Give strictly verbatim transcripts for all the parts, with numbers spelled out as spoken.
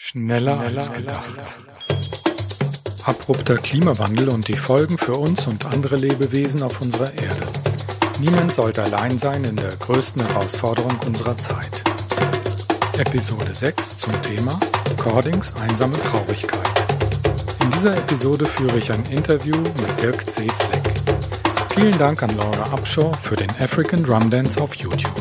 Schneller als gedacht. Abrupter Klimawandel und die Folgen für uns und andere Lebewesen auf unserer Erde. Niemand sollte allein sein in der größten Herausforderung unserer Zeit. Episode sechs zum Thema Cordings einsame Traurigkeit. In dieser Episode führe ich ein Interview mit Dirk C. Fleck. Vielen Dank an Laura Upshaw für den African Drum Dance auf YouTube.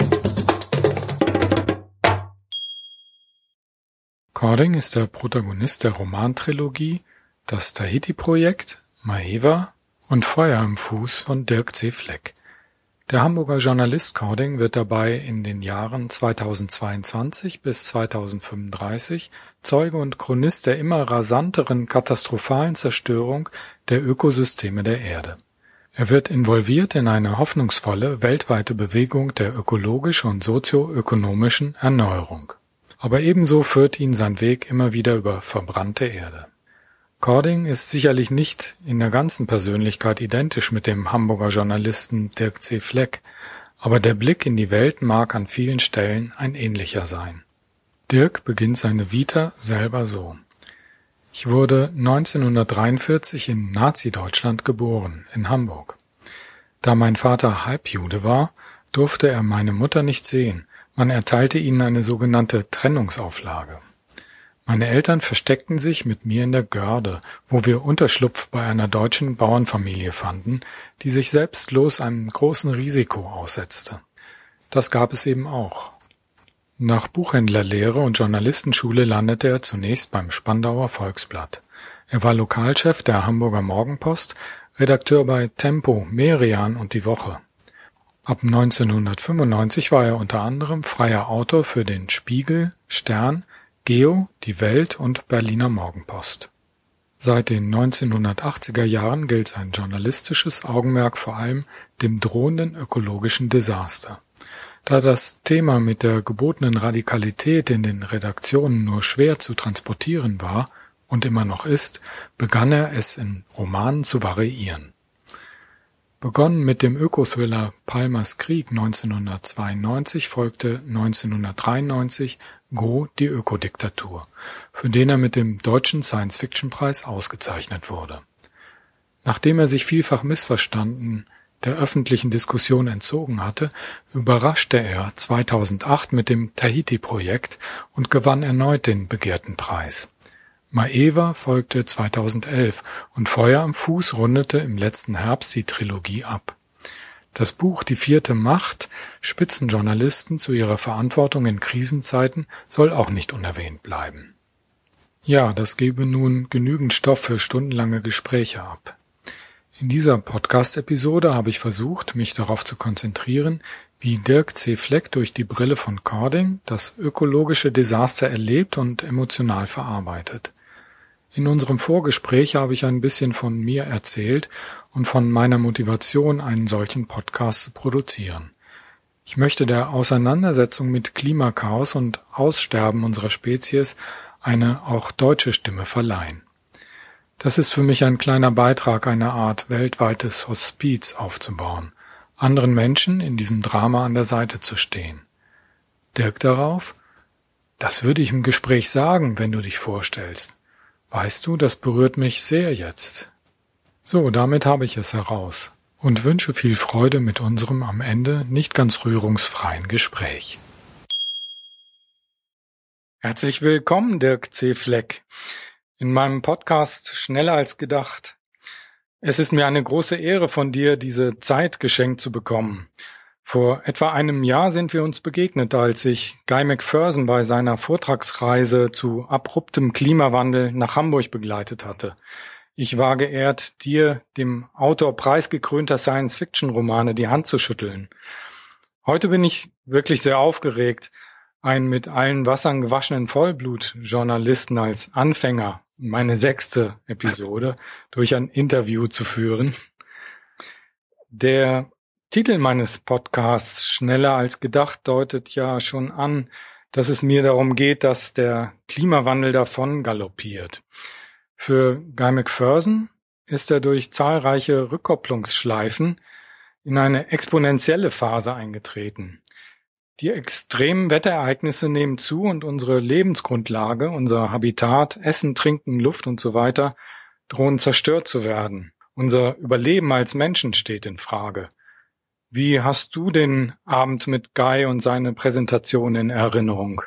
Cording ist der Protagonist der Romantrilogie Das Tahiti-Projekt, Maeva und Feuer im Fuß von Dirk C. Fleck. Der Hamburger Journalist Cording wird dabei in den Jahren zweitausendzweiundzwanzig bis zweitausendfünfunddreißig Zeuge und Chronist der immer rasanteren katastrophalen Zerstörung der Ökosysteme der Erde. Er wird involviert in eine hoffnungsvolle weltweite Bewegung der ökologischen und sozioökonomischen Erneuerung. Aber ebenso führt ihn sein Weg immer wieder über verbrannte Erde. Cording ist sicherlich nicht in der ganzen Persönlichkeit identisch mit dem Hamburger Journalisten Dirk C. Fleck, aber der Blick in die Welt mag an vielen Stellen ein ähnlicher sein. Dirk beginnt seine Vita selber so. Ich wurde neunzehnhundertdreiundvierzig in Nazi-Deutschland geboren, in Hamburg. Da mein Vater Halbjude war, durfte er meine Mutter nicht sehen. Man erteilte ihnen eine sogenannte Trennungsauflage. Meine Eltern versteckten sich mit mir in der Görde, wo wir Unterschlupf bei einer deutschen Bauernfamilie fanden, die sich selbstlos einem großen Risiko aussetzte. Das gab es eben auch. Nach Buchhändlerlehre und Journalistenschule landete er zunächst beim Spandauer Volksblatt. Er war Lokalchef der Hamburger Morgenpost, Redakteur bei Tempo, Merian und Die Woche. Ab neunzehnhundertfünfundneunzig war er unter anderem freier Autor für den Spiegel, Stern, Geo, Die Welt und Berliner Morgenpost. Seit den neunzehnhundertachtziger Jahren gilt sein journalistisches Augenmerk vor allem dem drohenden ökologischen Desaster. Da das Thema mit der gebotenen Radikalität in den Redaktionen nur schwer zu transportieren war und immer noch ist, begann er es in Romanen zu variieren. Begonnen mit dem Ökothriller Palmers Krieg neunzehnhundertzweiundneunzig folgte neunzehnhundertdreiundneunzig Go, die Ökodiktatur, für den er mit dem Deutschen Science-Fiction-Preis ausgezeichnet wurde. Nachdem er sich vielfach missverstanden der öffentlichen Diskussion entzogen hatte, überraschte er zweitausendacht mit dem Tahiti-Projekt und gewann erneut den begehrten Preis. Maeva folgte zweitausendelf und Feuer am Fuß rundete im letzten Herbst die Trilogie ab. Das Buch Die vierte Macht, Spitzenjournalisten zu ihrer Verantwortung in Krisenzeiten, soll auch nicht unerwähnt bleiben. Ja, das gebe nun genügend Stoff für stundenlange Gespräche ab. In dieser Podcast-Episode habe ich versucht, mich darauf zu konzentrieren, wie Dirk C. Fleck durch die Brille von Cording das ökologische Desaster erlebt und emotional verarbeitet. In unserem Vorgespräch habe ich ein bisschen von mir erzählt und von meiner Motivation, einen solchen Podcast zu produzieren. Ich möchte der Auseinandersetzung mit Klimakaos und Aussterben unserer Spezies eine auch deutsche Stimme verleihen. Das ist für mich ein kleiner Beitrag, eine Art weltweites Hospiz aufzubauen, anderen Menschen in diesem Drama an der Seite zu stehen. Dirk darauf: Das würde ich im Gespräch sagen, wenn du dich vorstellst. Weißt du, das berührt mich sehr jetzt. So, damit habe ich es heraus und wünsche viel Freude mit unserem am Ende nicht ganz rührungsfreien Gespräch. Herzlich willkommen, Dirk C. Fleck, in meinem Podcast Schneller als gedacht. Es ist mir eine große Ehre, von dir diese Zeit geschenkt zu bekommen. Vor etwa einem Jahr sind wir uns begegnet, als ich Guy McPherson bei seiner Vortragsreise zu abruptem Klimawandel nach Hamburg begleitet hatte. Ich war geehrt, dir, dem Autor preisgekrönter Science-Fiction-Romane, die Hand zu schütteln. Heute bin ich wirklich sehr aufgeregt, einen mit allen Wassern gewaschenen Vollblut-Journalisten als Anfänger, meine sechste Episode, durch ein Interview zu führen. Der Titel meines Podcasts Schneller als gedacht deutet ja schon an, dass es mir darum geht, dass der Klimawandel davon galoppiert. Für Guy McPherson ist er durch zahlreiche Rückkopplungsschleifen in eine exponentielle Phase eingetreten. Die extremen Wetterereignisse nehmen zu und unsere Lebensgrundlage, unser Habitat, Essen, Trinken, Luft und so weiter drohen zerstört zu werden. Unser Überleben als Menschen steht in Frage. Wie hast du den Abend mit Guy und seine Präsentation in Erinnerung?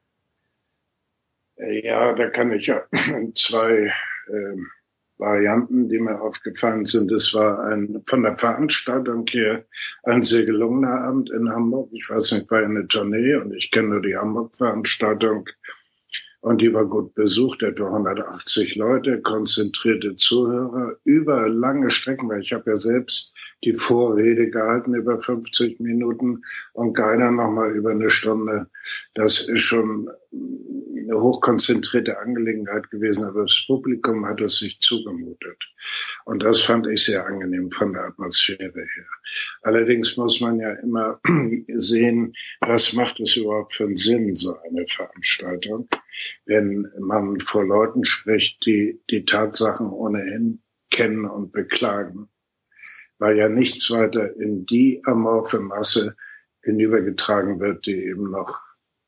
Ja, da kann ich ja zwei äh, Varianten, die mir aufgefallen sind. Es war ein von der Veranstaltung her ein sehr gelungener Abend in Hamburg. Ich weiß nicht, war eine Tournee und ich kenne nur die Hamburg-Veranstaltung. Und die war gut besucht, etwa hundertachtzig Leute, konzentrierte Zuhörer über lange Strecken, weil ich habe ja selbst die Vorrede gehalten über fünfzig Minuten und Geiner nochmal über eine Stunde. Das ist schon eine hochkonzentrierte Angelegenheit gewesen, aber das Publikum hat es sich zugemutet. Und das fand ich sehr angenehm von der Atmosphäre her. Allerdings muss man ja immer sehen, was macht es überhaupt für einen Sinn, so eine Veranstaltung, wenn man vor Leuten spricht, die die Tatsachen ohnehin kennen und beklagen, weil ja nichts weiter in die amorphe Masse hinübergetragen wird, die eben noch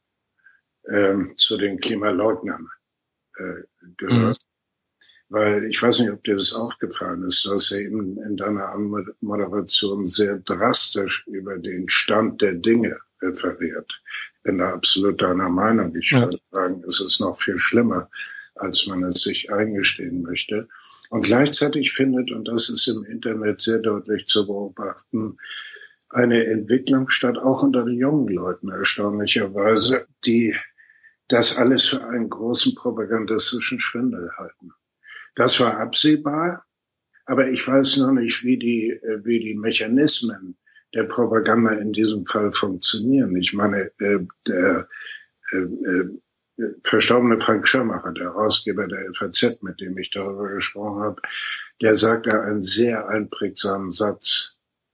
ähm, zu den Klimaleugnern äh, gehört. Mhm. Weil ich weiß nicht, ob dir das aufgefallen ist, du hast ja eben in deiner Moderation sehr drastisch über den Stand der Dinge referiert. Ich bin da absolut deiner Meinung. Ich ja. würde sagen, es ist noch viel schlimmer, als man es sich eingestehen möchte. Und gleichzeitig findet, und das ist im Internet sehr deutlich zu beobachten, eine Entwicklung statt, auch unter den jungen Leuten erstaunlicherweise, die das alles für einen großen propagandistischen Schwindel halten. Das war absehbar, aber ich weiß noch nicht, wie die, wie die Mechanismen der Propaganda in diesem Fall funktionieren. Ich meine, äh, der äh, äh, verstorbene Frank Schirmacher, der Herausgeber der F A Z, mit dem ich darüber gesprochen habe, der sagte einen sehr einprägsamen Satz.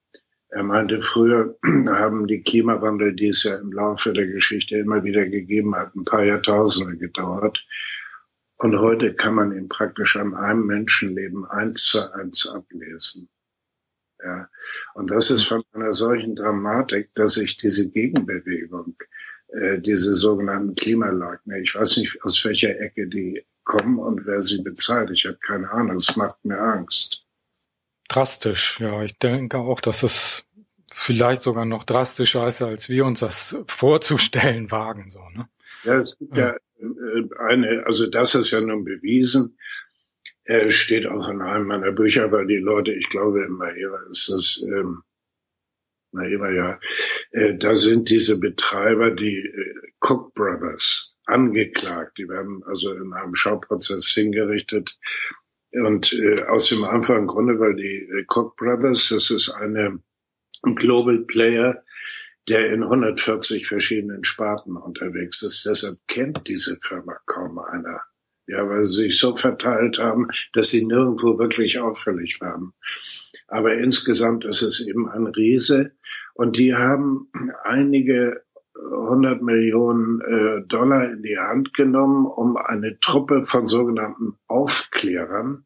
Er meinte, früher haben die Klimawandel, die es ja im Laufe der Geschichte immer wieder gegeben hat, ein paar Jahrtausende gedauert. Und heute kann man ihn praktisch an einem Menschenleben eins zu eins ablesen. Ja. Und das ist von einer solchen Dramatik, dass ich diese Gegenbewegung, äh, diese sogenannten Klimaleugner, ich weiß nicht, aus welcher Ecke die kommen und wer sie bezahlt. Ich habe keine Ahnung. Es macht mir Angst. Drastisch, ja. Ich denke auch, dass es vielleicht sogar noch drastischer ist, als wir uns das vorzustellen wagen, so, ne? Ja, es gibt ja, ja eine, also das ist ja nun bewiesen. Er steht auch in einem meiner Bücher, weil die Leute, ich glaube, in Maheva ist das, ähm, Maheva, ja, äh, da sind diese Betreiber, die äh, Koch Brothers, angeklagt. Die werden also in einem Schauprozess hingerichtet. Und äh, aus dem einfachen Grunde, weil die äh, Koch Brothers, das ist eine ein Global Player, der in hundertvierzig verschiedenen Sparten unterwegs ist. Deshalb kennt diese Firma kaum einer. Ja, weil sie sich so verteilt haben, dass sie nirgendwo wirklich auffällig waren. Aber insgesamt ist es eben ein Riese. Und die haben einige hundert Millionen äh, Dollar in die Hand genommen, um eine Truppe von sogenannten Aufklärern,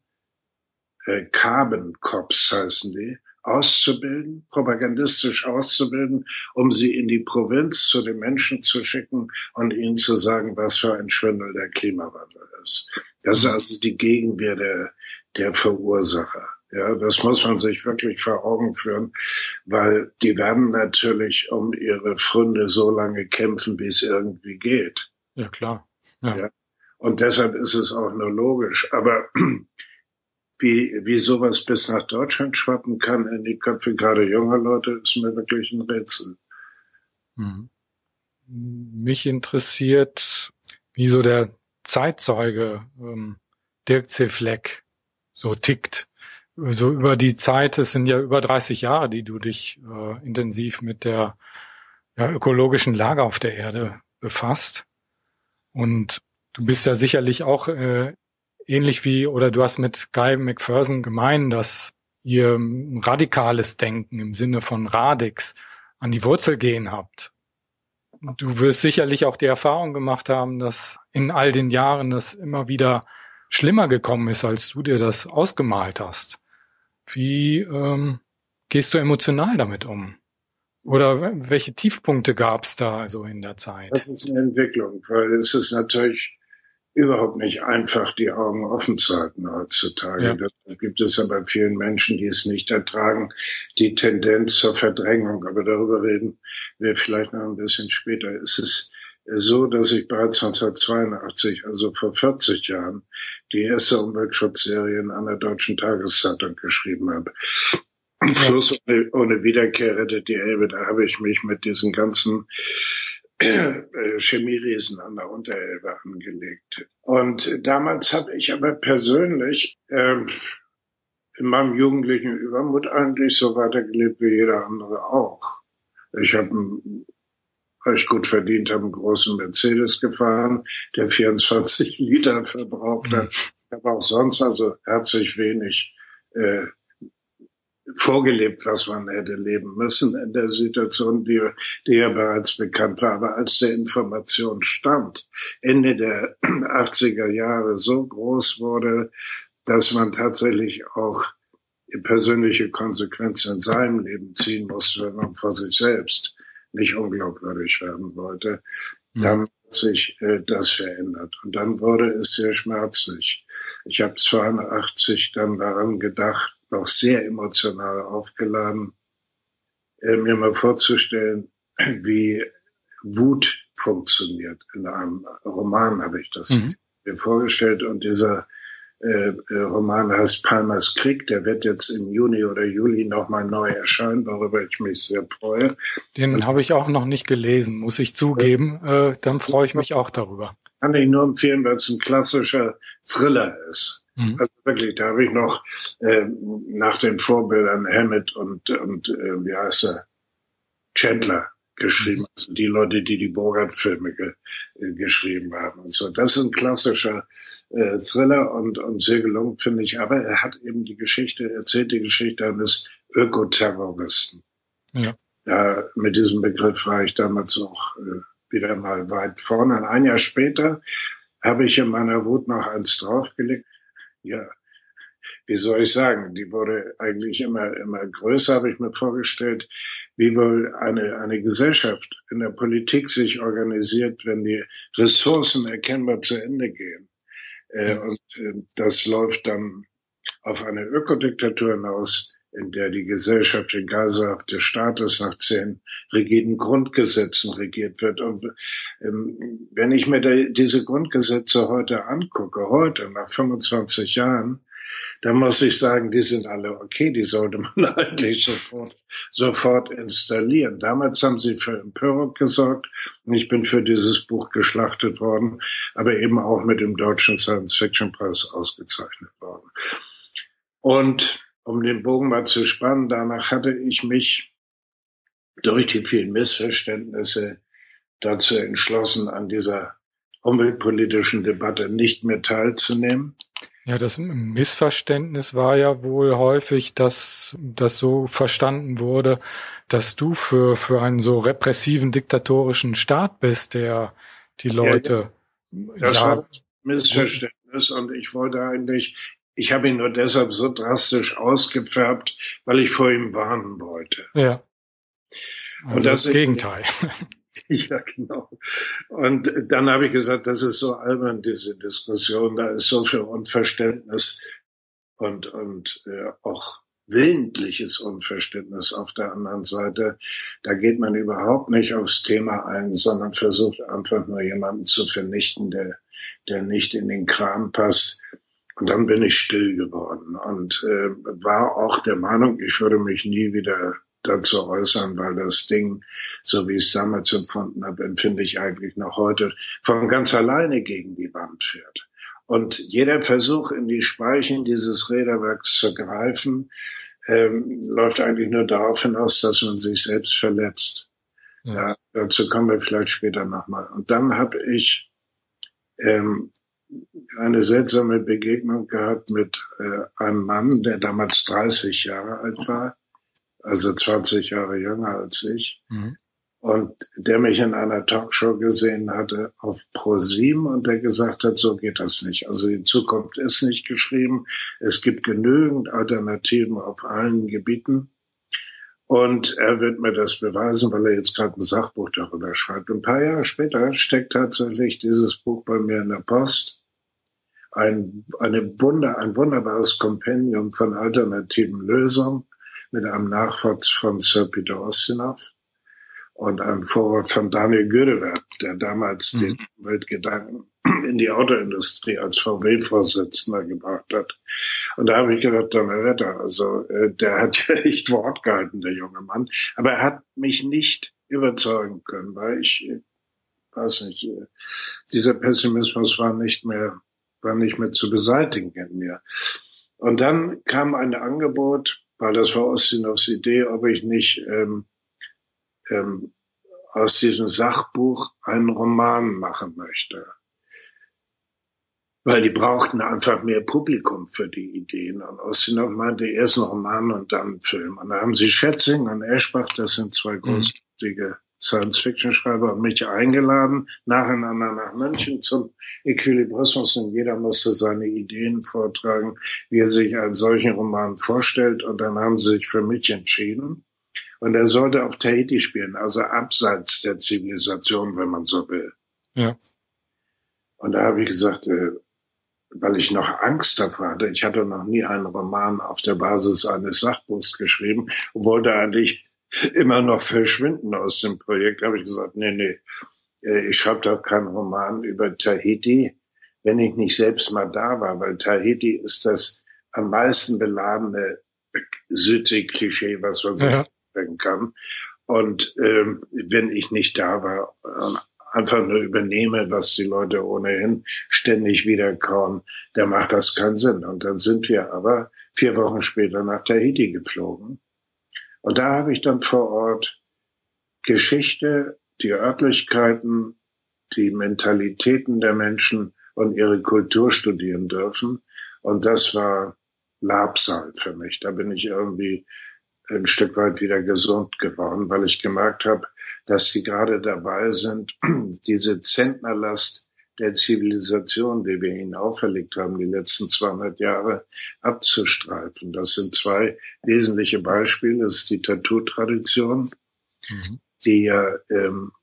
äh, Carbon Cops heißen die, auszubilden, propagandistisch auszubilden, um sie in die Provinz zu den Menschen zu schicken und ihnen zu sagen, was für ein Schwindel der Klimawandel ist. Das ist also die Gegenwehr der, der Verursacher. Ja, das muss man sich wirklich vor Augen führen, weil die werden natürlich um ihre Pfründe so lange kämpfen, wie es irgendwie geht. Ja, klar. Ja. Ja. Und deshalb ist es auch nur logisch. Aber Wie, wie sowas bis nach Deutschland schwappen kann in die Köpfe gerade junger Leute, ist mir wirklich ein Rätsel. Mhm. Mich interessiert, wie so der Zeitzeuge ähm, Dirk C. Fleck so tickt. So über die Zeit, es sind ja über dreißig Jahre, die du dich äh, intensiv mit der ja, ökologischen Lage auf der Erde befasst. Und du bist ja sicherlich auch äh, ähnlich wie, oder du hast mit Guy McPherson gemein, dass ihr ein radikales Denken im Sinne von Radix an die Wurzel gehen habt. Du wirst sicherlich auch die Erfahrung gemacht haben, dass in all den Jahren das immer wieder schlimmer gekommen ist, als du dir das ausgemalt hast. Wie ähm, gehst du emotional damit um? Oder welche Tiefpunkte gab es da also in der Zeit? Das ist eine Entwicklung, weil es ist natürlich überhaupt nicht einfach, die Augen offen zu halten heutzutage. Ja. Da gibt es aber vielen Menschen, die es nicht ertragen, die Tendenz zur Verdrängung. Aber darüber reden wir vielleicht noch ein bisschen später. Es ist so, dass ich bereits neunzehnhundertzweiundachtzig, also vor vierzig Jahren, die erste Umweltschutzserie in einer deutschen Tageszeitung geschrieben habe. Ja. Fluss ohne, ohne Wiederkehr rettet die Elbe. Da habe ich mich mit diesen ganzen Chemieriesen an der Unterelbe angelegt. Und damals habe ich aber persönlich äh, in meinem jugendlichen Übermut eigentlich so weitergelebt wie jeder andere auch. Ich habe recht gut verdient, habe einen großen Mercedes gefahren, der vierundzwanzig Liter verbraucht hat. Ich habe auch sonst also herzlich wenig äh, vorgelebt, was man hätte leben müssen in der Situation, die, die ja bereits bekannt war. Aber als der Informationsstand Ende der achtziger Jahre so groß wurde, dass man tatsächlich auch persönliche Konsequenzen in seinem Leben ziehen musste, wenn man vor sich selbst nicht unglaubwürdig werden wollte, mhm. dann hat sich äh, das verändert. Und dann wurde es sehr schmerzlich. Ich habe zweiundachtzig dann daran gedacht, noch sehr emotional aufgeladen, äh, mir mal vorzustellen, wie Wut funktioniert. In einem Roman habe ich das mhm. mir vorgestellt und dieser äh, Roman heißt Palmers Krieg, der wird jetzt im Juni oder Juli nochmal neu erscheinen, worüber ich mich sehr freue. Den habe ich auch noch nicht gelesen, muss ich zugeben. Äh, dann freue ich mich auch darüber. Kann ich nur empfehlen, weil es ein klassischer Thriller ist. Mhm. Also wirklich, da habe ich noch äh, nach den Vorbildern Hammett und, und äh, wie heißt er, Chandler geschrieben, also die Leute, die die Bogart-Filme ge, äh, geschrieben haben und so. Das ist ein klassischer äh, Thriller und, und sehr gelungen, finde ich. Aber er hat eben die Geschichte, erzählt die Geschichte eines Ökoterroristen. Ja. Ja, mit diesem Begriff war ich damals auch äh, wieder mal weit vorne. Und ein Jahr später habe ich in meiner Wut noch eins draufgelegt. Ja, wie soll ich sagen, die wurde eigentlich immer, immer größer, habe ich mir vorgestellt, wie wohl eine, eine Gesellschaft in der Politik sich organisiert, wenn die Ressourcen erkennbar zu Ende gehen. Äh, und äh, das läuft dann auf eine Ökodiktatur hinaus, in der die Gesellschaft in Geiselhaft des Staates nach zehn rigiden Grundgesetzen regiert wird. Und ähm, wenn ich mir de, diese Grundgesetze heute angucke, heute nach fünfundzwanzig Jahren, dann muss ich sagen, die sind alle okay, die sollte man eigentlich sofort, sofort installieren. Damals haben sie für Empörung gesorgt und ich bin für dieses Buch geschlachtet worden, aber eben auch mit dem Deutschen Science-Fiction-Preis ausgezeichnet worden. Und um den Bogen mal zu spannen, danach hatte ich mich durch die vielen Missverständnisse dazu entschlossen, an dieser umweltpolitischen Debatte nicht mehr teilzunehmen. Ja, das Missverständnis war ja wohl häufig, dass das so verstanden wurde, dass du für für einen so repressiven, diktatorischen Staat bist, der die Leute... Ja, ja. Das ja, war ein Missverständnis und ich wollte eigentlich, ich habe ihn nur deshalb so drastisch ausgefärbt, weil ich vor ihm warnen wollte. Ja, also und das, das Gegenteil. Ja, genau. Und dann habe ich gesagt, das ist so albern, diese Diskussion, da ist so viel Unverständnis und, und äh, auch willentliches Unverständnis auf der anderen Seite. Da geht man überhaupt nicht aufs Thema ein, sondern versucht einfach nur jemanden zu vernichten, der, der nicht in den Kram passt. Und dann bin ich still geworden und äh, war auch der Meinung, ich würde mich nie wieder dazu äußern, weil das Ding, so wie ich es damals empfunden habe, empfinde ich eigentlich noch heute, von ganz alleine gegen die Wand fährt. Und jeder Versuch, in die Speichen dieses Räderwerks zu greifen, ähm, läuft eigentlich nur darauf hinaus, dass man sich selbst verletzt. Ja. Ja, dazu kommen wir vielleicht später nochmal. Und dann habe ich ähm, eine seltsame Begegnung gehabt mit äh, einem Mann, der damals dreißig Jahre alt war, also zwanzig Jahre jünger als ich, mhm. und der mich in einer Talkshow gesehen hatte auf ProSieben und der gesagt hat, so geht das nicht. Also die Zukunft ist nicht geschrieben. Es gibt genügend Alternativen auf allen Gebieten. Und er wird mir das beweisen, weil er jetzt gerade ein Sachbuch darüber schreibt. Und ein paar Jahre später steckt tatsächlich dieses Buch bei mir in der Post. Ein, eine Wunder, ein wunderbares Kompendium von alternativen Lösungen mit einem Nachwort von Sir Peter Ustinov und einem Vorwort von Daniel Gödewer, der damals mhm. den Weltgedanken in die Autoindustrie als V W-Vorsitzender gebracht hat. Und da habe ich gedacht, Donnerwetter, also äh, der hat ja echt Wort gehalten, der junge Mann. Aber er hat mich nicht überzeugen können, weil ich, äh, weiß nicht, äh, dieser Pessimismus war nicht mehr war nicht mehr zu beseitigen in mir. Und dann kam ein Angebot, weil das war Ustinovs Idee, ob ich nicht ähm, ähm, aus diesem Sachbuch einen Roman machen möchte. Weil die brauchten einfach mehr Publikum für die Ideen. Und Ustinov meinte, erst ein Roman und dann ein Film. Und da haben sie Schätzing und Eschbach, das sind zwei großartige mhm. Science-Fiction-Schreiber, und mich eingeladen, nacheinander nach München zum Equilibrismus, und jeder musste seine Ideen vortragen, wie er sich einen solchen Roman vorstellt, und dann haben sie sich für mich entschieden. Und er sollte auf Tahiti spielen, also abseits der Zivilisation, wenn man so will. Ja. Und da habe ich gesagt, äh, weil ich noch Angst davor hatte, ich hatte noch nie einen Roman auf der Basis eines Sachbuchs geschrieben und wollte eigentlich immer noch verschwinden aus dem Projekt, habe ich gesagt, nee, nee, ich schreibe doch keinen Roman über Tahiti, wenn ich nicht selbst mal da war, weil Tahiti ist das am meisten beladene Südsee-Klischee, was man sich ja. vorstellen kann. Und ähm, wenn ich nicht da war, äh, einfach nur übernehme, was die Leute ohnehin ständig wieder kauen, dann macht das keinen Sinn. Und dann sind wir aber vier Wochen später nach Tahiti geflogen. Und da habe ich dann vor Ort Geschichte, die Örtlichkeiten, die Mentalitäten der Menschen und ihre Kultur studieren dürfen. Und das war Labsal für mich. Da bin ich irgendwie ein Stück weit wieder gesund geworden, weil ich gemerkt habe, dass sie gerade dabei sind, diese Zentnerlast der Zivilisation, die wir ihnen auferlegt haben, die letzten zweihundert Jahre abzustreifen. Das sind zwei wesentliche Beispiele. Das ist die Tattoo-Tradition, mhm. die ja ähm,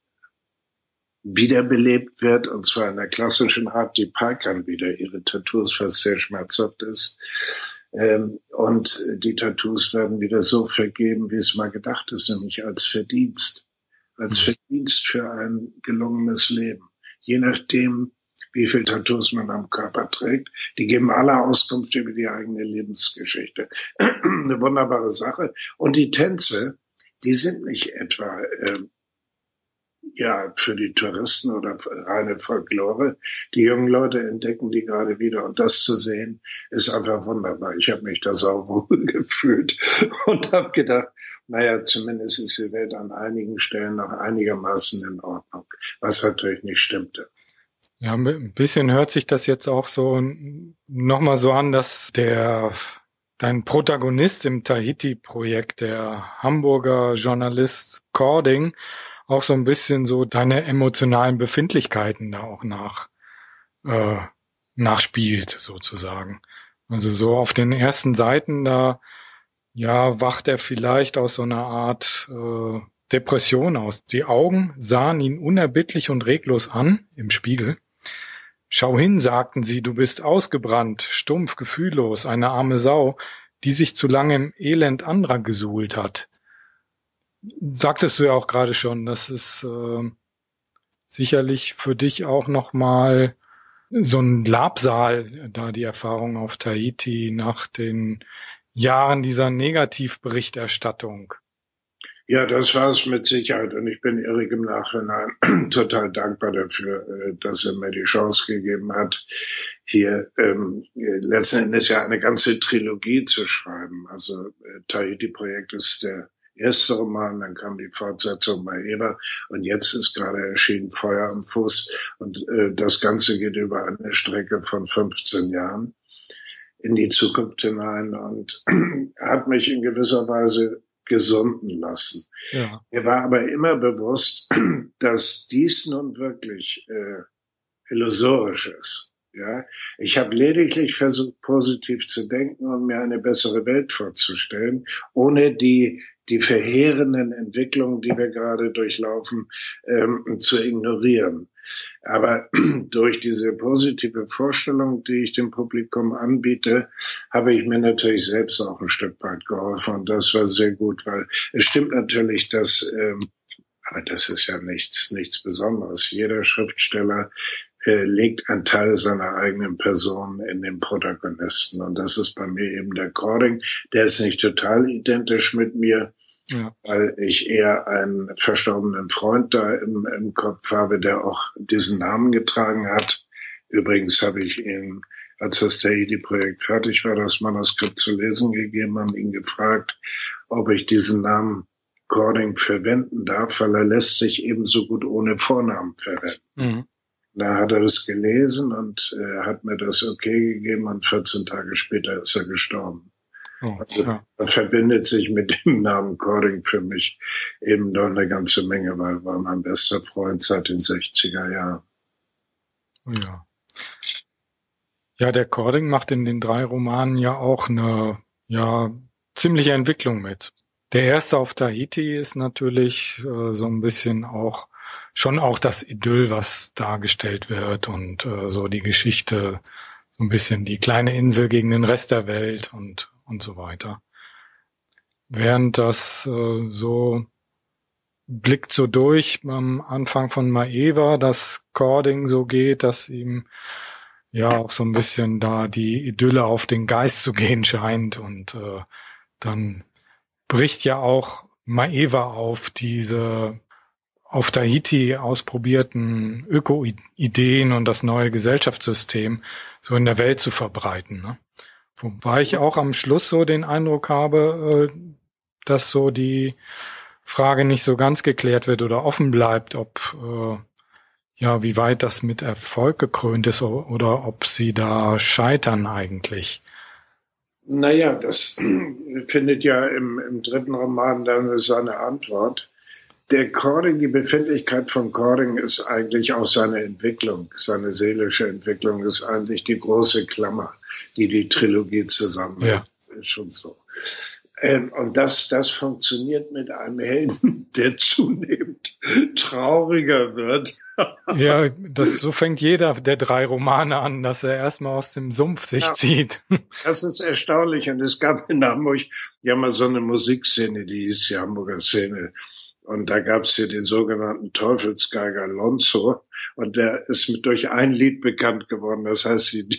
wiederbelebt wird, und zwar in der klassischen Art, die Paikan wieder ihre Tattoos, was sehr schmerzhaft ist. Ähm, und die Tattoos werden wieder so vergeben, wie es mal gedacht ist, nämlich als Verdienst. Als mhm. Verdienst für ein gelungenes Leben. Je nachdem, wie viel Tattoos man am Körper trägt. Die geben alle Auskunft über die eigene Lebensgeschichte. Eine wunderbare Sache. Und die Tänze, die sind nicht etwa äh, ja für die Touristen oder reine Folklore. Die jungen Leute entdecken die gerade wieder. Und das zu sehen, ist einfach wunderbar. Ich habe mich da sauwohl gefühlt und habe gedacht, naja, zumindest ist die Welt an einigen Stellen noch einigermaßen in Ordnung. Was natürlich nicht stimmte. Ja, ein bisschen hört sich das jetzt auch so nochmal so an, dass der dein Protagonist im Tahiti-Projekt, der Hamburger Journalist Cording, auch so ein bisschen so deine emotionalen Befindlichkeiten da auch nach äh, nachspielt, sozusagen. Also so auf den ersten Seiten da, ja, wacht er vielleicht aus so einer Art äh, Depression aus. Die Augen sahen ihn unerbittlich und reglos an im Spiegel. Schau hin, sagten sie, du bist ausgebrannt, stumpf, gefühllos, eine arme Sau, die sich zu lange im Elend anderer gesuhlt hat. Sagtest du ja auch gerade schon, das ist äh, sicherlich für dich auch nochmal so ein Labsal, da die Erfahrung auf Tahiti nach den Jahren dieser Negativberichterstattung. Ja, das war es mit Sicherheit. Und ich bin Erik im Nachhinein total dankbar dafür, dass er mir die Chance gegeben hat, hier ähm, letzten Endes ja eine ganze Trilogie zu schreiben. Also äh, Tahiti-Projekt ist der erste Roman, dann kam die Fortsetzung bei Eber und jetzt ist gerade erschienen Feuer am Fuß. Und äh, das Ganze geht über eine Strecke von fünfzehn Jahren in die Zukunft hinein und hat mich in gewisser Weise gesunden lassen. Ja. Mir war aber immer bewusst, dass dies nun wirklich äh, illusorisch ist. Ja, ich habe lediglich versucht, positiv zu denken und mir eine bessere Welt vorzustellen, ohne die die verheerenden Entwicklungen, die wir gerade durchlaufen, ähm, zu ignorieren. Aber durch diese positive Vorstellung, die ich dem Publikum anbiete, habe ich mir natürlich selbst auch ein Stück weit geholfen. Und das war sehr gut, weil es stimmt natürlich, dass, ähm, aber das ist ja nichts, nichts Besonderes. Jeder Schriftsteller äh, legt einen Teil seiner eigenen Person in den Protagonisten. Und das ist bei mir eben der Cording. Der ist nicht total identisch mit mir, ja, weil ich eher einen verstorbenen Freund da im, im Kopf habe, der auch diesen Namen getragen hat. Übrigens habe ich ihn, als das Tahiti-Projekt fertig war, das Manuskript zu lesen gegeben, und ihn gefragt, ob ich diesen Namen Cording verwenden darf, weil er lässt sich ebenso gut ohne Vornamen verwenden. Mhm. Da hat er das gelesen und äh, hat mir das okay gegeben, und vierzehn Tage später ist er gestorben. Oh, also ja. Da verbindet sich mit dem Namen Cording für mich eben doch eine ganze Menge, weil war mein bester Freund seit den sechziger Jahren. Ja. Ja, der Cording macht in den drei Romanen ja auch eine ja ziemliche Entwicklung mit. Der erste auf Tahiti ist natürlich äh, so ein bisschen auch schon auch das Idyll, was dargestellt wird, und äh, so die Geschichte, so ein bisschen die kleine Insel gegen den Rest der Welt und und so weiter. Während das äh, so blickt so durch am Anfang von Maeva, dass Cording so geht, dass ihm ja auch so ein bisschen da die Idylle auf den Geist zu gehen scheint, und äh, dann bricht ja auch Maeva auf, diese auf Tahiti ausprobierten Öko-Ideen und das neue Gesellschaftssystem so in der Welt zu verbreiten, ne? Wobei ich auch am Schluss so den Eindruck habe, dass so die Frage nicht so ganz geklärt wird oder offen bleibt, ob ja wie weit das mit Erfolg gekrönt ist oder ob sie da scheitern eigentlich. Naja, das findet ja im, im dritten Roman dann seine Antwort. Der Cording, die Befindlichkeit von Cording ist eigentlich auch seine Entwicklung, seine seelische Entwicklung ist eigentlich die große Klammer, die die Trilogie zusammenhält. Ja. Das ist schon so. Ähm, und das, das funktioniert mit einem Helden, der zunehmend trauriger wird. Ja, das, so fängt jeder der drei Romane an, dass er erstmal aus dem Sumpf sich ja, zieht. Das ist erstaunlich. Und es gab in Hamburg ja mal so eine Musikszene, die hieß die Hamburger Szene. Und da gab es hier den sogenannten Teufelsgeiger Lonzo, und der ist mit durch ein Lied bekannt geworden. Das heißt, die,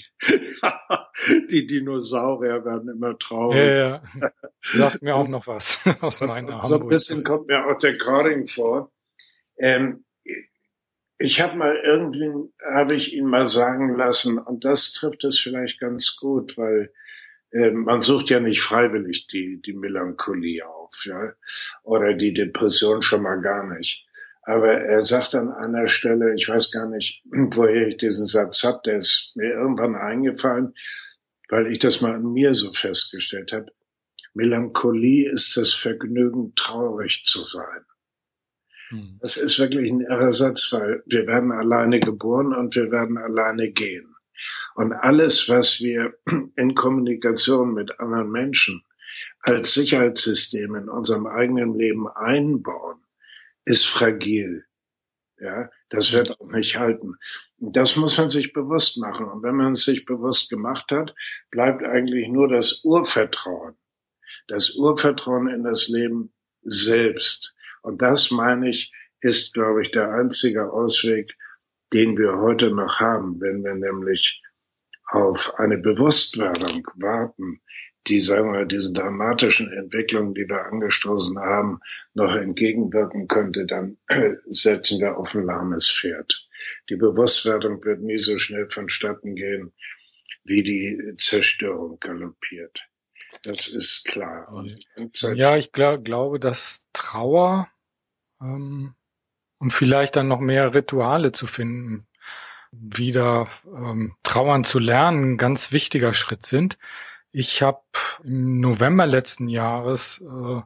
die Dinosaurier werden immer traurig. Ja, ja. Sagt mir auch noch was aus meiner Hamburg. So ein bisschen kommt mir auch der Cording vor. Ähm, ich habe mal irgendwie, habe ich ihn mal sagen lassen, und das trifft es vielleicht ganz gut, weil man sucht ja nicht freiwillig die, die Melancholie auf, ja, oder die Depression schon mal gar nicht. Aber er sagt an einer Stelle, ich weiß gar nicht, woher ich diesen Satz habe, der ist mir irgendwann eingefallen, weil ich das mal an mir so festgestellt habe. Melancholie ist das Vergnügen, traurig zu sein. Hm. Das ist wirklich ein irrer Satz, weil wir werden alleine geboren und wir werden alleine gehen. Und alles, was wir in Kommunikation mit anderen Menschen als Sicherheitssystem in unserem eigenen Leben einbauen, ist fragil. Ja, das wird auch nicht halten. Und das muss man sich bewusst machen. Und wenn man es sich bewusst gemacht hat, bleibt eigentlich nur das Urvertrauen. Das Urvertrauen in das Leben selbst. Und das, meine ich, ist, glaube ich, der einzige Ausweg, den wir heute noch haben, wenn wir nämlich auf eine Bewusstwerdung warten, die, sagen wir, diesen dramatischen Entwicklungen, die wir angestoßen haben, noch entgegenwirken könnte, dann setzen wir auf ein lahmes Pferd. Die Bewusstwerdung wird nie so schnell vonstatten gehen, wie die Zerstörung galoppiert. Das ist klar. Und ja, ich glaub, glaube, dass Trauer ähm, und vielleicht dann noch mehr Rituale zu finden, wieder ähm, trauern zu lernen, ein ganz wichtiger Schritt sind. Ich habe im November letzten Jahres äh,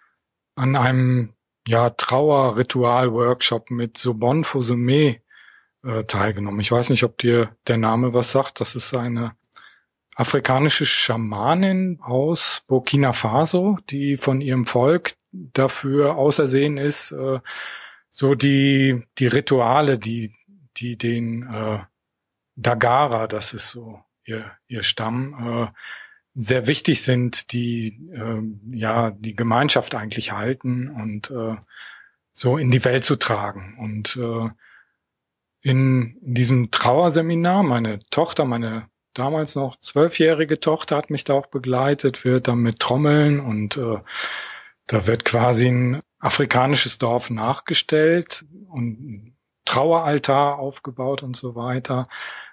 an einem ja Trauerritual-Workshop mit Sobonne Fosumé äh, teilgenommen. Ich weiß nicht, ob dir der Name was sagt. Das ist eine afrikanische Schamanin aus Burkina Faso, die von ihrem Volk dafür ausersehen ist, äh, so die die Rituale, die die den äh, Dagara, das ist so ihr ihr Stamm, äh, sehr wichtig sind, die äh, ja die Gemeinschaft eigentlich halten und äh, so in die Welt zu tragen. Und äh, in, in diesem Trauerseminar, meine Tochter, meine damals noch zwölfjährige Tochter hat mich da auch begleitet, wird dann mit Trommeln und äh, da wird quasi ein afrikanisches Dorf nachgestellt und ein Traueraltar aufgebaut und so weiter.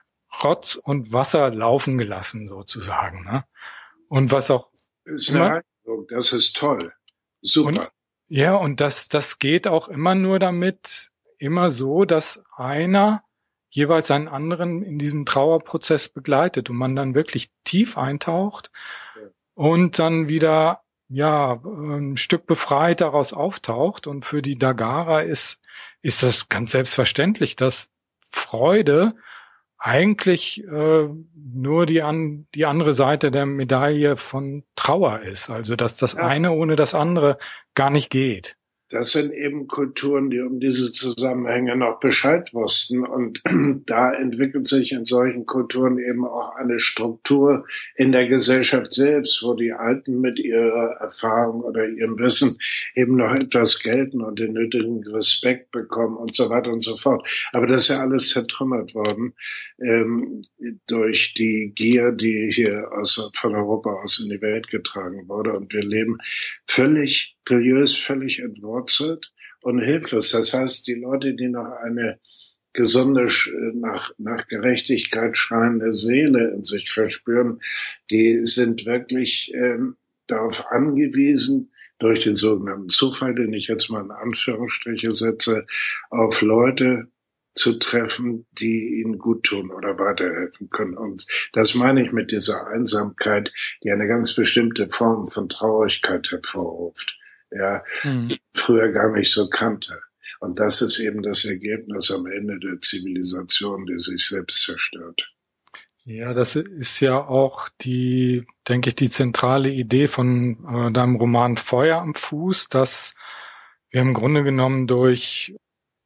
Rotz und Wasser laufen gelassen sozusagen. Ne? Und was auch das ist eine Eindruck, das ist toll. Super. Und, ja, und das, das geht auch immer nur damit, immer so, dass einer jeweils einen anderen in diesem Trauerprozess begleitet und man dann wirklich tief eintaucht ja. und dann wieder ja ein Stück befreit daraus auftaucht. Und für die Dagara ist ist das ganz selbstverständlich, dass Freude eigentlich äh, nur die an die andere Seite der Medaille von Trauer ist. Also dass das ja. eine ohne das andere gar nicht geht. Das sind eben Kulturen, die um diese Zusammenhänge noch Bescheid wussten. Und da entwickelt sich in solchen Kulturen eben auch eine Struktur in der Gesellschaft selbst, wo die Alten mit ihrer Erfahrung oder ihrem Wissen eben noch etwas gelten und den nötigen Respekt bekommen und so weiter und so fort. Aber das ist ja alles zertrümmert worden ähm, durch die Gier, die hier aus, von Europa aus in die Welt getragen wurde. Und wir leben völlig religiös völlig entwurzelt und hilflos. Das heißt, die Leute, die noch eine gesunde, nach, nach Gerechtigkeit schreiende Seele in sich verspüren, die sind wirklich ähm, darauf angewiesen, durch den sogenannten Zufall, den ich jetzt mal in Anführungsstriche setze, auf Leute zu treffen, die ihnen gut tun oder weiterhelfen können. Und das meine ich mit dieser Einsamkeit, die eine ganz bestimmte Form von Traurigkeit hervorruft. Ja, mhm. die ich früher gar nicht so kannte. Und das ist eben das Ergebnis am Ende der Zivilisation, die sich selbst zerstört. Ja, das ist ja auch die, denke ich, die zentrale Idee von äh, deinem Roman Feuer am Fuß, dass wir im Grunde genommen durch,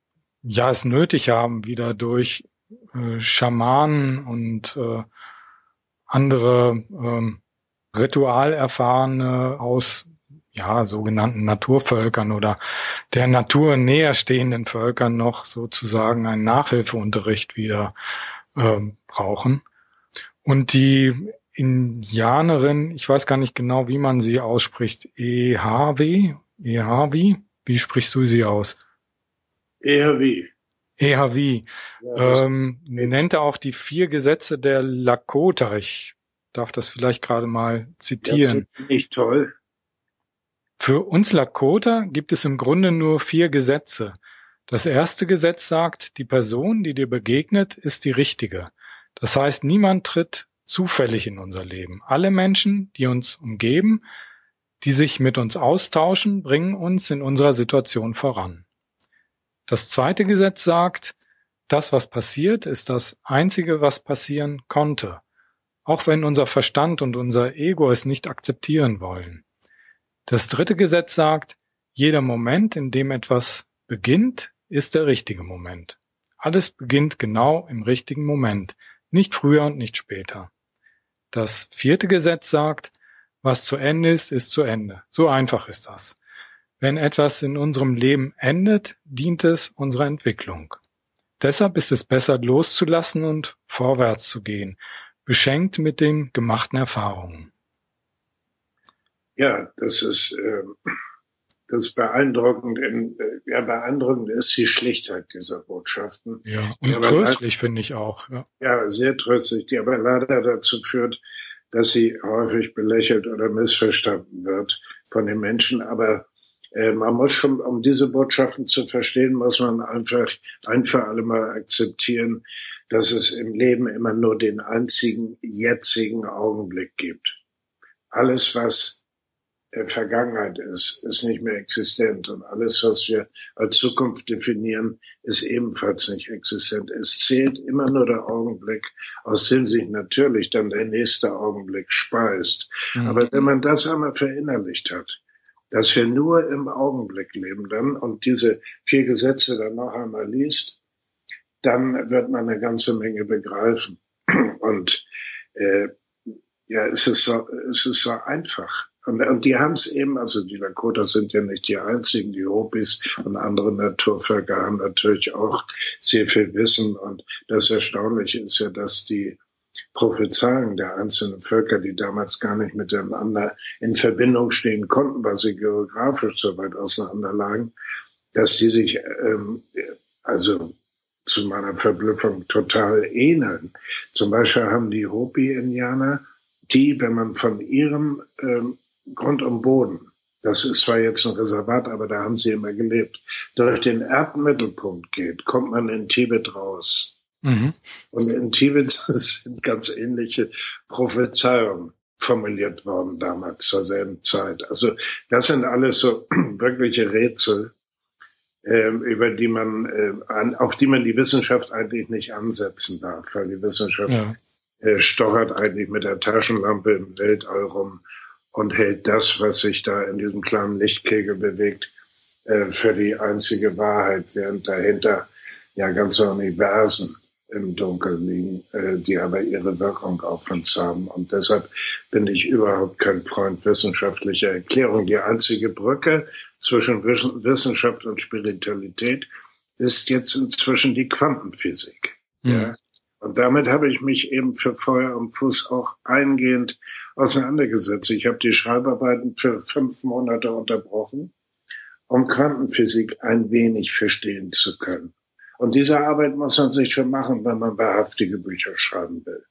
ja, es nötig haben, wieder durch äh, Schamanen und äh, andere äh, Ritualerfahrene aus ja, sogenannten Naturvölkern oder der Natur näher stehenden Völkern noch sozusagen einen Nachhilfeunterricht wieder äh, brauchen. Und die Indianerin, ich weiß gar nicht genau, wie man sie ausspricht, Ehavi, Ehavi, wie sprichst du sie aus? Ehavi. Ehavi, ja, ähm, nennt er auch die vier Gesetze der Lakota. Ich darf das vielleicht gerade mal zitieren. Das ist nicht toll. Für uns Lakota gibt es im Grunde nur vier Gesetze. Das erste Gesetz sagt, die Person, die dir begegnet, ist die richtige. Das heißt, niemand tritt zufällig in unser Leben. Alle Menschen, die uns umgeben, die sich mit uns austauschen, bringen uns in unserer Situation voran. Das zweite Gesetz sagt, das, was passiert, ist das Einzige, was passieren konnte. Auch wenn unser Verstand und unser Ego es nicht akzeptieren wollen. Das dritte Gesetz sagt, jeder Moment, in dem etwas beginnt, ist der richtige Moment. Alles beginnt genau im richtigen Moment, nicht früher und nicht später. Das vierte Gesetz sagt, was zu Ende ist, ist zu Ende. So einfach ist das. Wenn etwas in unserem Leben endet, dient es unserer Entwicklung. Deshalb ist es besser, loszulassen und vorwärts zu gehen, beschenkt mit den gemachten Erfahrungen. Ja, das ist, äh, das ist beeindruckend. In, äh, ja, beeindruckend ist die Schlichtheit dieser Botschaften. Ja, und ja, tröstlich finde ich auch. Ja. ja, sehr tröstlich, die aber leider dazu führt, dass sie häufig belächelt oder missverstanden wird von den Menschen. Aber äh, man muss schon, um diese Botschaften zu verstehen, muss man einfach ein für alle Mal akzeptieren, dass es im Leben immer nur den einzigen jetzigen Augenblick gibt. Alles, was äh, Vergangenheit ist, ist nicht mehr existent. Und alles, was wir als Zukunft definieren, ist ebenfalls nicht existent. Es zählt immer nur der Augenblick, aus dem sich natürlich dann der nächste Augenblick speist. Mhm. Aber wenn man das einmal verinnerlicht hat, dass wir nur im Augenblick leben dann und diese vier Gesetze dann noch einmal liest, dann wird man eine ganze Menge begreifen. Und äh, ja, es ist so, es ist so einfach. Und, und die haben es eben, also die Lakota sind ja nicht die einzigen, die Hopis und andere Naturvölker haben natürlich auch sehr viel Wissen. Und das Erstaunliche ist ja, dass die Prophezeiungen der einzelnen Völker, die damals gar nicht miteinander in Verbindung stehen konnten, weil sie geografisch so weit auseinander lagen, dass die sich ähm, also zu meiner Verblüffung total ähneln. Zum Beispiel haben die Hopi-Indianer, die, wenn man von ihrem ähm, Grund und Boden, das ist zwar jetzt ein Reservat, aber da haben sie immer gelebt, durch den Erdmittelpunkt geht, kommt man in Tibet raus. Mhm. Und in Tibet sind ganz ähnliche Prophezeiungen formuliert worden damals zur selben Zeit. Also das sind alles so wirkliche Rätsel, äh, über die man, äh, an, auf die man die Wissenschaft eigentlich nicht ansetzen darf, weil die Wissenschaft ja. äh, stochert eigentlich mit der Taschenlampe im Weltall rum und hält das, was sich da in diesem kleinen Lichtkegel bewegt, äh, für die einzige Wahrheit, während dahinter ja ganze Universen im Dunkeln liegen, äh, die aber ihre Wirkung auf uns haben. Und deshalb bin ich überhaupt kein Freund wissenschaftlicher Erklärung. Die einzige Brücke zwischen Wissenschaft und Spiritualität ist jetzt inzwischen die Quantenphysik. Mhm. Ja. Und damit habe ich mich eben für Feuer am Fuß auch eingehend auseinandergesetzt. Ich habe die Schreibarbeiten für fünf Monate unterbrochen, um Quantenphysik ein wenig verstehen zu können. Und diese Arbeit muss man sich schon machen, wenn man wahrhaftige Bücher schreiben will.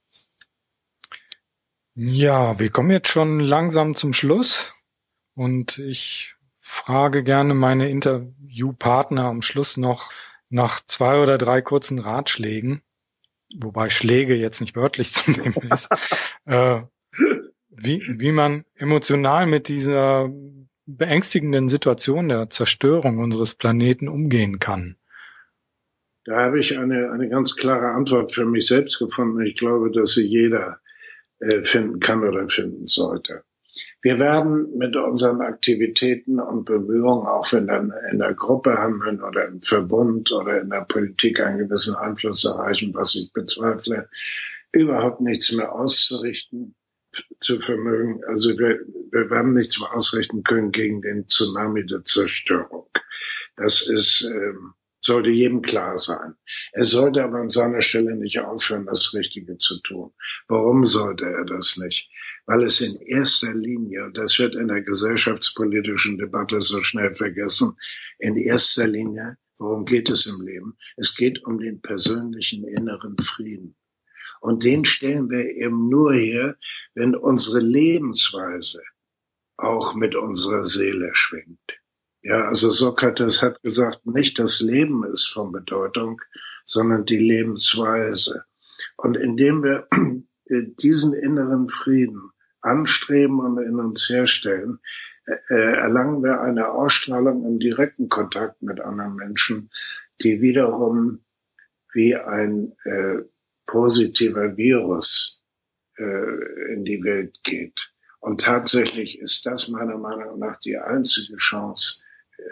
Ja, wir kommen jetzt schon langsam zum Schluss und ich frage gerne meine Interviewpartner am Schluss noch nach zwei oder drei kurzen Ratschlägen, wobei Schläge jetzt nicht wörtlich zu nehmen ist, äh, wie, wie man emotional mit dieser beängstigenden Situation der Zerstörung unseres Planeten umgehen kann. Da habe ich eine, eine ganz klare Antwort für mich selbst gefunden. Ich glaube, dass sie jeder äh, finden kann oder finden sollte. Wir werden mit unseren Aktivitäten und Bemühungen, auch wenn dann in der Gruppe handeln oder im Verbund oder in der Politik einen gewissen Einfluss erreichen, was ich bezweifle, überhaupt nichts mehr auszurichten zu vermögen. Also wir, wir werden nichts mehr ausrichten können gegen den Tsunami der Zerstörung. Das ist ähm, sollte jedem klar sein. Er sollte aber an seiner Stelle nicht aufhören, das Richtige zu tun. Warum sollte er das nicht? Weil es in erster Linie, und das wird in der gesellschaftspolitischen Debatte so schnell vergessen, in erster Linie, worum geht es im Leben? Es geht um den persönlichen inneren Frieden. Und den stellen wir eben nur her, wenn unsere Lebensweise auch mit unserer Seele schwingt. Ja, also Sokrates hat gesagt, nicht das Leben ist von Bedeutung, sondern die Lebensweise. Und indem wir diesen inneren Frieden anstreben und in uns herstellen, äh, erlangen wir eine Ausstrahlung im direkten Kontakt mit anderen Menschen, die wiederum wie ein äh, positiver Virus äh, in die Welt geht. Und tatsächlich ist das meiner Meinung nach die einzige Chance,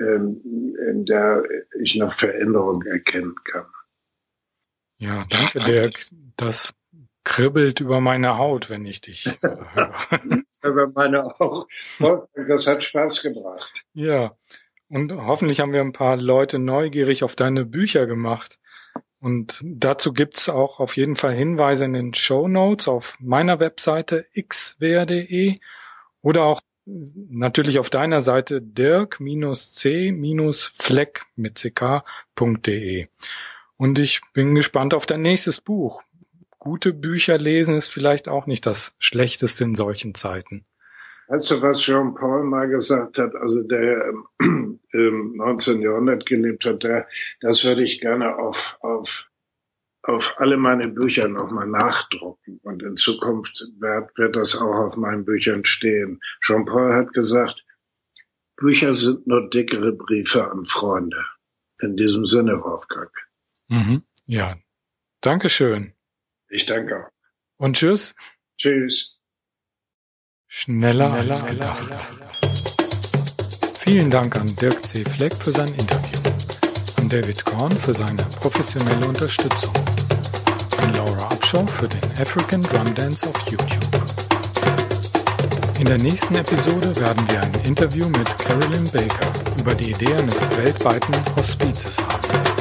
in der ich noch Veränderung erkennen kann. Ja, danke, Dirk. Das kribbelt über meine Haut, wenn ich dich höre. Über meine auch. Das hat Spaß gebracht. Ja, und hoffentlich haben wir ein paar Leute neugierig auf deine Bücher gemacht. Und dazu gibt's auch auf jeden Fall Hinweise in den Shownotes auf meiner Webseite x w r punkt d e oder auch natürlich auf deiner Seite dirk c fleck mit ck.de. Und ich bin gespannt auf dein nächstes Buch. Gute Bücher lesen ist vielleicht auch nicht das Schlechteste in solchen Zeiten. Weißt du, was Jean Paul mal gesagt hat, also der im neunzehnten Jahrhundert gelebt hat, der, das würde ich gerne auf, auf, auf alle meine Bücher nochmal nachdrucken. Und in Zukunft wird, wird das auch auf meinen Büchern stehen. Jean-Paul hat gesagt, Bücher sind nur dickere Briefe an Freunde. In diesem Sinne, Wolfgang. Mhm. Ja, Dankeschön. Ich danke auch. Und tschüss. Tschüss. Schneller, Schneller als gedacht. gedacht. Vielen Dank an Dirk C. Fleck für sein Interview, an David Korn für seine professionelle Unterstützung, an Laura Abschow für den African Drum Dance auf YouTube. In der nächsten Episode werden wir ein Interview mit Carolyn Baker über die Idee eines weltweiten Hospizes haben.